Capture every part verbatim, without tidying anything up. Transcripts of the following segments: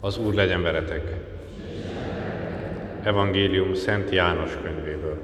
Az Úr legyen veletek! Evangélium Szent János könyvéből.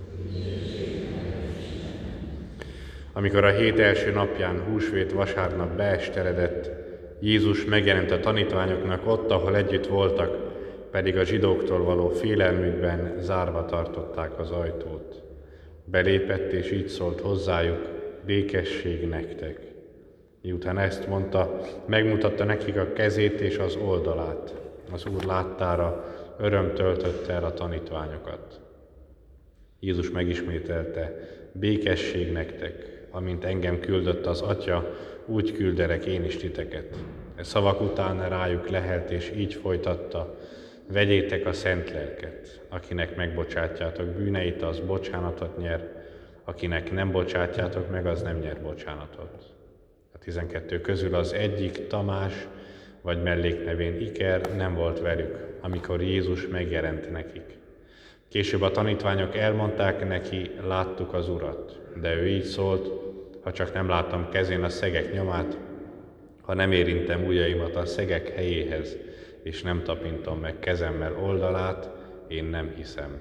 Amikor a hét első napján, húsvét vasárnap beesteledett, Jézus megjelent a tanítványoknak ott, ahol együtt voltak, pedig a zsidóktól való félelmükben zárva tartották az ajtót. Belépett és így szólt hozzájuk: békesség nektek! Miután ezt mondta, megmutatta nekik a kezét és az oldalát. Az Úr láttára öröm töltötte el a tanítványokat. Jézus megismételte: békesség nektek! Amint engem küldött az Atya, úgy küldelek én is titeket. E szavak után rájuk lehelt, és így folytatta: vegyétek a szent lelket. Akinek megbocsátjátok bűneit, az bocsánatot nyer, akinek nem bocsátjátok meg, az nem nyer bocsánatot. A tizenkettő közül az egyik, Tamás, vagy melléknevén Iker nem volt velük, amikor Jézus megjelent nekik. Később a tanítványok elmondták neki: láttuk az Urat. De ő így szólt: ha csak nem látom kezén a szegek nyomát, ha nem érintem ujjaimat a szegek helyéhez, és nem tapintom meg kezemmel oldalát, én nem hiszem.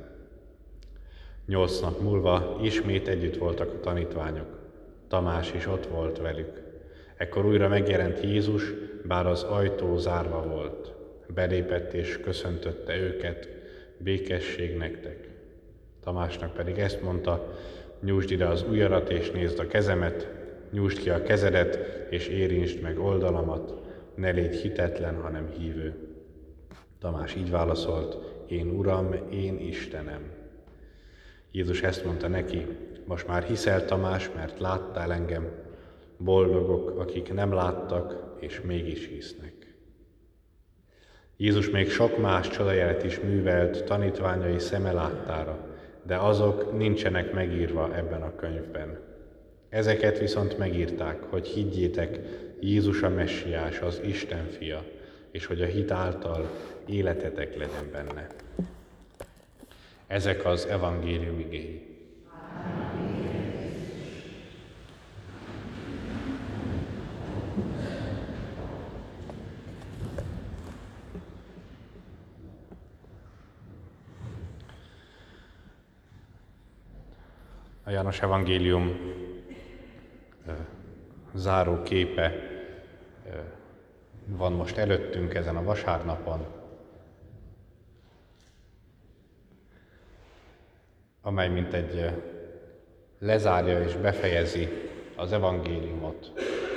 Nyolc nap múlva ismét együtt voltak a tanítványok. Tamás is ott volt velük. Ekkor újra megjelent Jézus, bár az ajtó zárva volt. Belépett és köszöntötte őket: békesség nektek! Tamásnak pedig ezt mondta: nyújtsd ide az ujjadat és nézd a kezemet, nyújtsd ki a kezedet és érintsd meg oldalamat, ne légy hitetlen, hanem hívő. Tamás így válaszolt: én Uram, én Istenem. Jézus ezt mondta neki: most már hiszel, Tamás, mert láttál engem. Boldogok, akik nem láttak, és mégis hisznek. Jézus még sok más csodajelet is művelt tanítványai szeme láttára, de azok nincsenek megírva ebben a könyvben. Ezeket viszont megírták, hogy higgyétek, Jézus a Messiás, az Isten fia, és hogy a hit által életetek legyen benne. Ezek az evangélium igéi. A János evangélium záró képe van most előttünk ezen a vasárnapon, amely mint egy lezárja és befejezi az evangéliumot.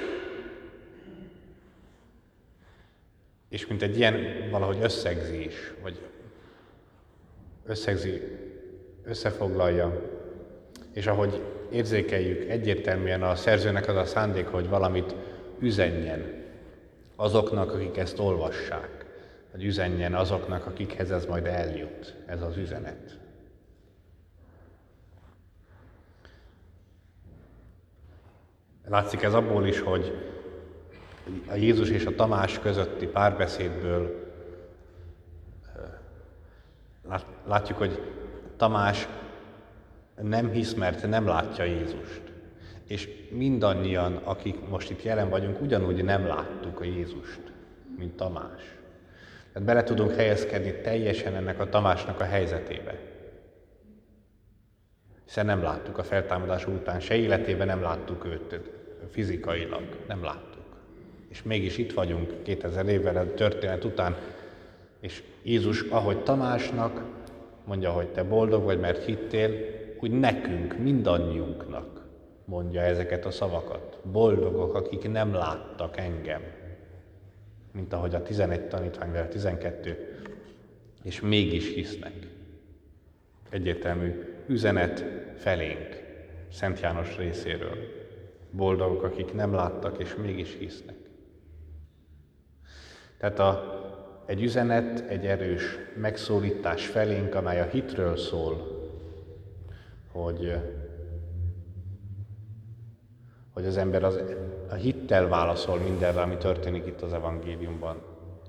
És mint egy ilyen valahogy összegzi is, vagy összegzi, összefoglalja, és ahogy érzékeljük, egyértelműen a szerzőnek az a szándék, hogy valamit üzenjen azoknak, akik ezt olvassák, vagy üzenjen azoknak, akikhez ez majd eljut, ez az üzenet. Látszik ez abból is, hogy a Jézus és a Tamás közötti párbeszédből látjuk, hogy Tamás nem hisz, mert nem látja Jézust. És mindannyian, akik most itt jelen vagyunk, ugyanúgy nem láttuk a Jézust, mint Tamás. Tehát bele tudunk helyezkedni teljesen ennek a Tamásnak a helyzetébe. Hiszen nem láttuk a feltámadás után, se életében nem láttuk őt fizikailag, nem láttuk. És mégis itt vagyunk kétezer évvel a történet után, és Jézus, ahogy Tamásnak mondja, hogy te boldog vagy, mert hittél, úgy nekünk, mindannyiunknak mondja ezeket a szavakat. Boldogok, akik nem láttak engem, mint ahogy a tizenegy tanítványból tizenkettő, és mégis hisznek. Egyértelmű üzenet felénk, Szent János részéről. Boldogok, akik nem láttak, és mégis hisznek. Tehát a, egy üzenet, egy erős megszólítás felénk, amely a hitről szól, hogy, hogy az ember az, a hittel válaszol mindenre, ami történik itt az evangéliumban.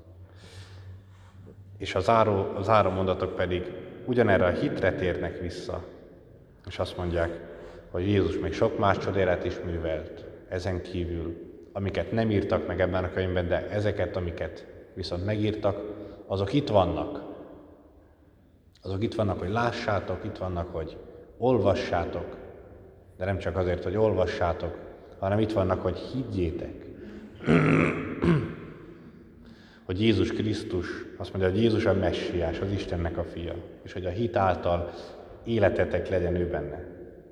És a záró, a záró mondatok pedig ugyanerre a hitre térnek vissza, és azt mondják, hogy Jézus még sok más csodálatot is művelt ezen kívül, amiket nem írtak meg ebben a könyvben, de ezeket, amiket viszont megírtak, azok itt vannak. Azok itt vannak, hogy lássátok, itt vannak, hogy olvassátok, de nem csak azért, hogy olvassátok, hanem itt vannak, hogy higgyétek. Hogy Jézus Krisztus, azt mondja, hogy Jézus a Messiás, az Istennek a fia, és hogy a hit által életetek legyen ő benne.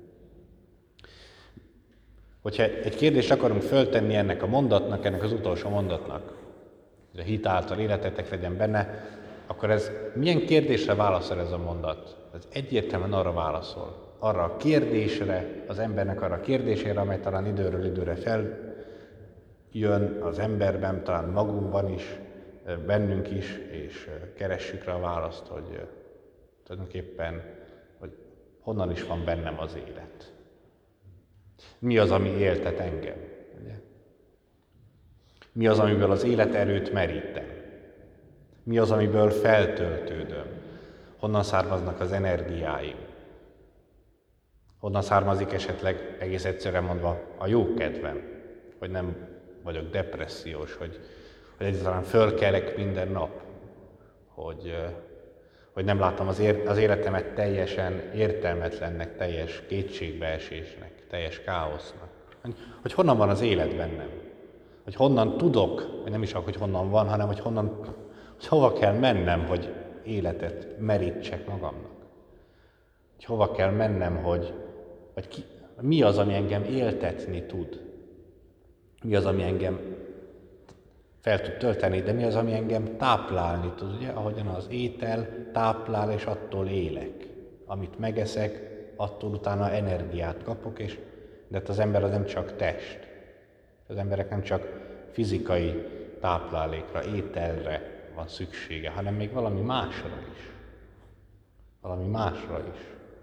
Hogyha egy kérdést akarunk föltenni ennek a mondatnak, ennek az utolsó mondatnak, hogy a hit által életetek legyen benne, akkor ez milyen kérdésre válaszol ez a mondat? Ez egyértelműen arra válaszol. Arra a kérdésre, az embernek arra a kérdésére, amely talán időről időre feljön az emberben, talán magunkban is, bennünk is, és keressük rá a választ, hogy tulajdonképpen, hogy honnan is van bennem az élet. Mi az, ami éltet engem? Ugye? Mi az, amiből az életerőt merítem? Mi az, amiből feltöltődöm? Honnan származnak az energiáim? Honnan származik esetleg, egész egyszerűen mondva, a jó kedvem? Hogy nem vagyok depressziós, hogy, hogy egyáltalán fölkelek minden nap, hogy, hogy nem látom az, ér, az életemet teljesen értelmetlennek, teljes kétségbeesésnek, teljes káosznak. Hogy honnan van az élet bennem? Hogy honnan tudok, vagy nem is csak, hogy honnan van, hanem hogy honnan, hogy hova kell mennem, hogy életet merítsek magamnak. Hogy hova kell mennem, hogy, hogy ki, mi az, ami engem éltetni tud. Mi az, ami engem fel tud tölteni, de mi az, ami engem táplálni tud, ugye? Ahogyan az étel táplál, és attól élek. Amit megeszek, attól utána energiát kapok, és de az ember az nem csak test. Az emberek nem csak fizikai táplálékra, ételre van szüksége, hanem még valami másra is. Valami másra is.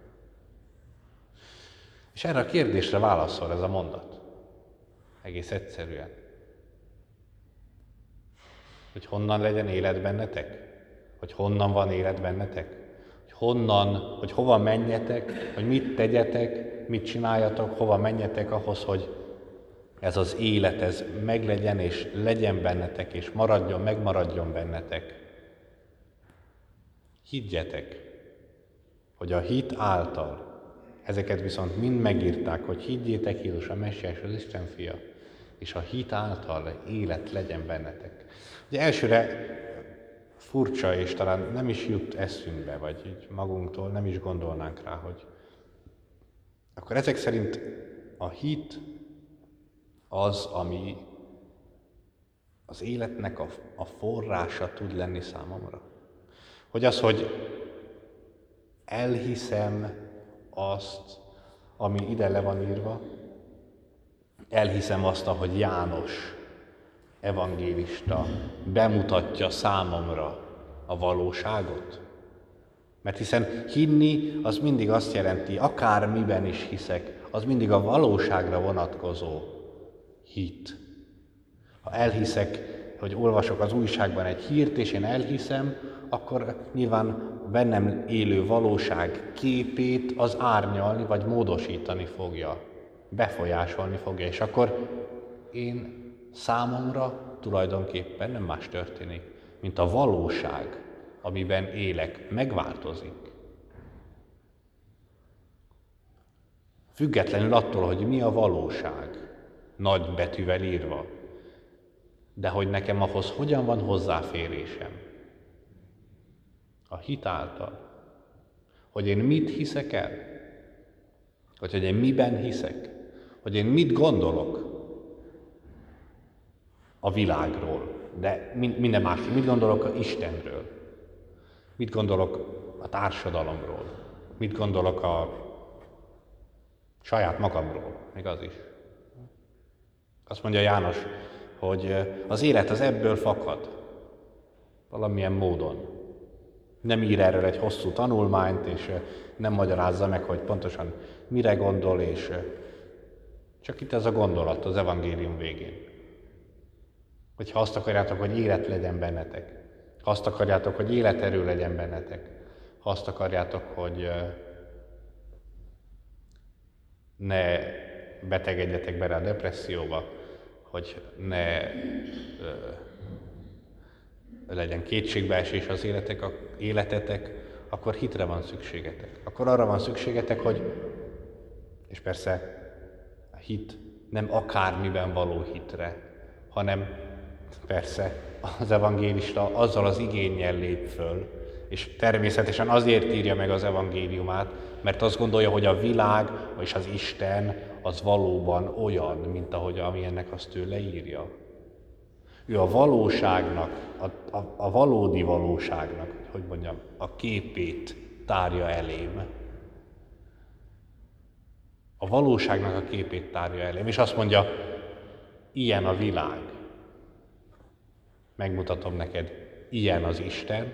És erre a kérdésre válaszol ez a mondat. Egész egyszerűen. Hogy honnan legyen élet bennetek? Hogy honnan van élet bennetek? Hogy honnan, hogy hova menjetek, hogy mit tegyetek, mit csináljatok, hova menjetek ahhoz, hogy ez az élet, ez meglegyen és legyen bennetek, és maradjon, megmaradjon bennetek. Higgyetek, hogy a hit által, ezeket viszont mind megírták, hogy higgyétek, Jézus a Messiás, az Isten fia, és a hit által élet legyen bennetek. Ugye elsőre furcsa, és talán nem is jut eszünkbe, vagy így magunktól nem is gondolnánk rá, hogy akkor ezek szerint a hit az, ami az életnek a, a forrása tud lenni számomra. Hogy az, hogy elhiszem azt, ami ide le van írva, elhiszem azt, ahogy János evangélista bemutatja számomra a valóságot. Mert hiszen hinni az mindig azt jelenti, akár miben is hiszek, az mindig a valóságra vonatkozó hit. Ha elhiszek, hogy olvasok az újságban egy hírt, és én elhiszem, akkor nyilván bennem élő valóság képét az árnyalni, vagy módosítani fogja, befolyásolni fogja, és akkor én számomra tulajdonképpen nem más történik, mint a valóság, amiben élek, megváltozik. Függetlenül attól, hogy mi a valóság, nagy betűvel írva, de hogy nekem ahhoz hogyan van hozzáférésem. A hit által. Hogy én mit hiszek el, vagy hogy én miben hiszek, hogy én mit gondolok a világról, de minden másról. Mit gondolok a Istenről, mit gondolok a társadalomról, mit gondolok a saját magamról, még az is. Azt mondja János, hogy az élet az ebből fakad, valamilyen módon. Nem ír erről egy hosszú tanulmányt, és nem magyarázza meg, hogy pontosan mire gondol, és csak itt ez a gondolat az evangélium végén. Hogyha azt akarjátok, hogy élet legyen bennetek, ha azt akarjátok, hogy életerő legyen bennetek, ha azt akarjátok, hogy ne betegedjetek bele a depresszióba, hogy ne legyen kétségbeesés az életek, a életetek, akkor hitre van szükségetek. Akkor arra van szükségetek, hogy, és persze a hit nem akármiben való hitre, hanem persze az evangélista azzal az igénnyel lép föl, és természetesen azért írja meg az evangéliumát, mert azt gondolja, hogy a világ és az Isten az valóban olyan, mint ahogy amilyennek azt ő leírja. Ő a valóságnak, a, a, a valódi valóságnak, hogy mondjam, a képét tárja elém. A valóságnak a képét tárja elém, és azt mondja, ilyen a világ. Megmutatom neked, ilyen az Isten.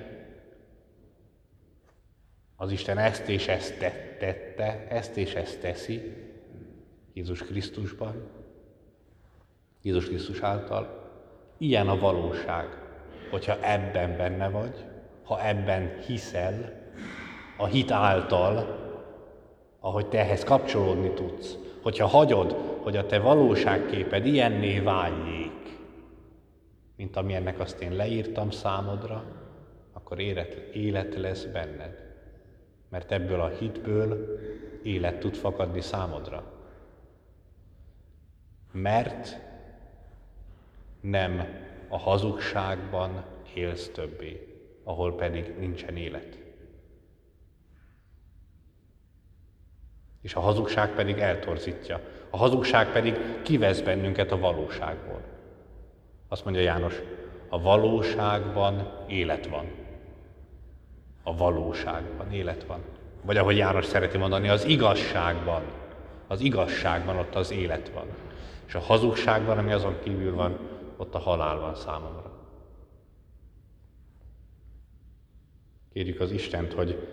Az Isten ezt és ezt tette, ezt és ezt teszi Jézus Krisztusban, Jézus Krisztus által. Ilyen a valóság, hogyha ebben benne vagy, ha ebben hiszel, a hit által, ahogy te ehhez kapcsolódni tudsz, hogyha hagyod, hogy a te valóságképed ilyenné váljék, mint amilyennek azt én leírtam számodra, akkor élet, élet lesz benned. Mert ebből a hitből élet tud fakadni számodra. Mert nem a hazugságban élsz többé, ahol pedig nincsen élet. És a hazugság pedig eltorzítja. A hazugság pedig kivesz bennünket a valóságból. Azt mondja János, a valóságban élet van. A valóságban élet van. Vagy ahogy János szereti mondani, az igazságban. Az igazságban ott az élet van. És a hazugságban, ami azon kívül van, ott a halál van számomra. Kérjük az Istent, hogy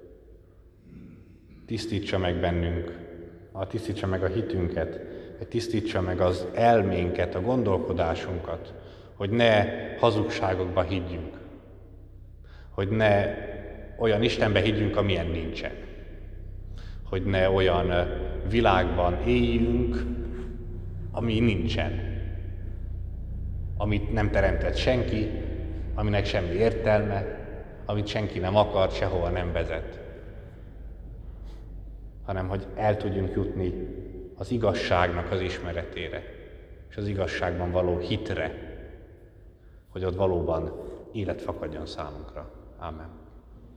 tisztítsa meg bennünk, tisztítsa meg a hitünket, hogy tisztítsa meg az elménket, a gondolkodásunkat, hogy ne hazugságokba higgyünk, hogy ne olyan Istenbe higgyünk, amilyen nincsen, hogy ne olyan világban éljünk, ami nincsen, amit nem teremtett senki, aminek semmi értelme, amit senki nem akar, sehova nem vezet, hanem hogy el tudjunk jutni az igazságnak az ismeretére, és az igazságban való hitre, hogy ott valóban élet fakadjon számunkra. Ámen.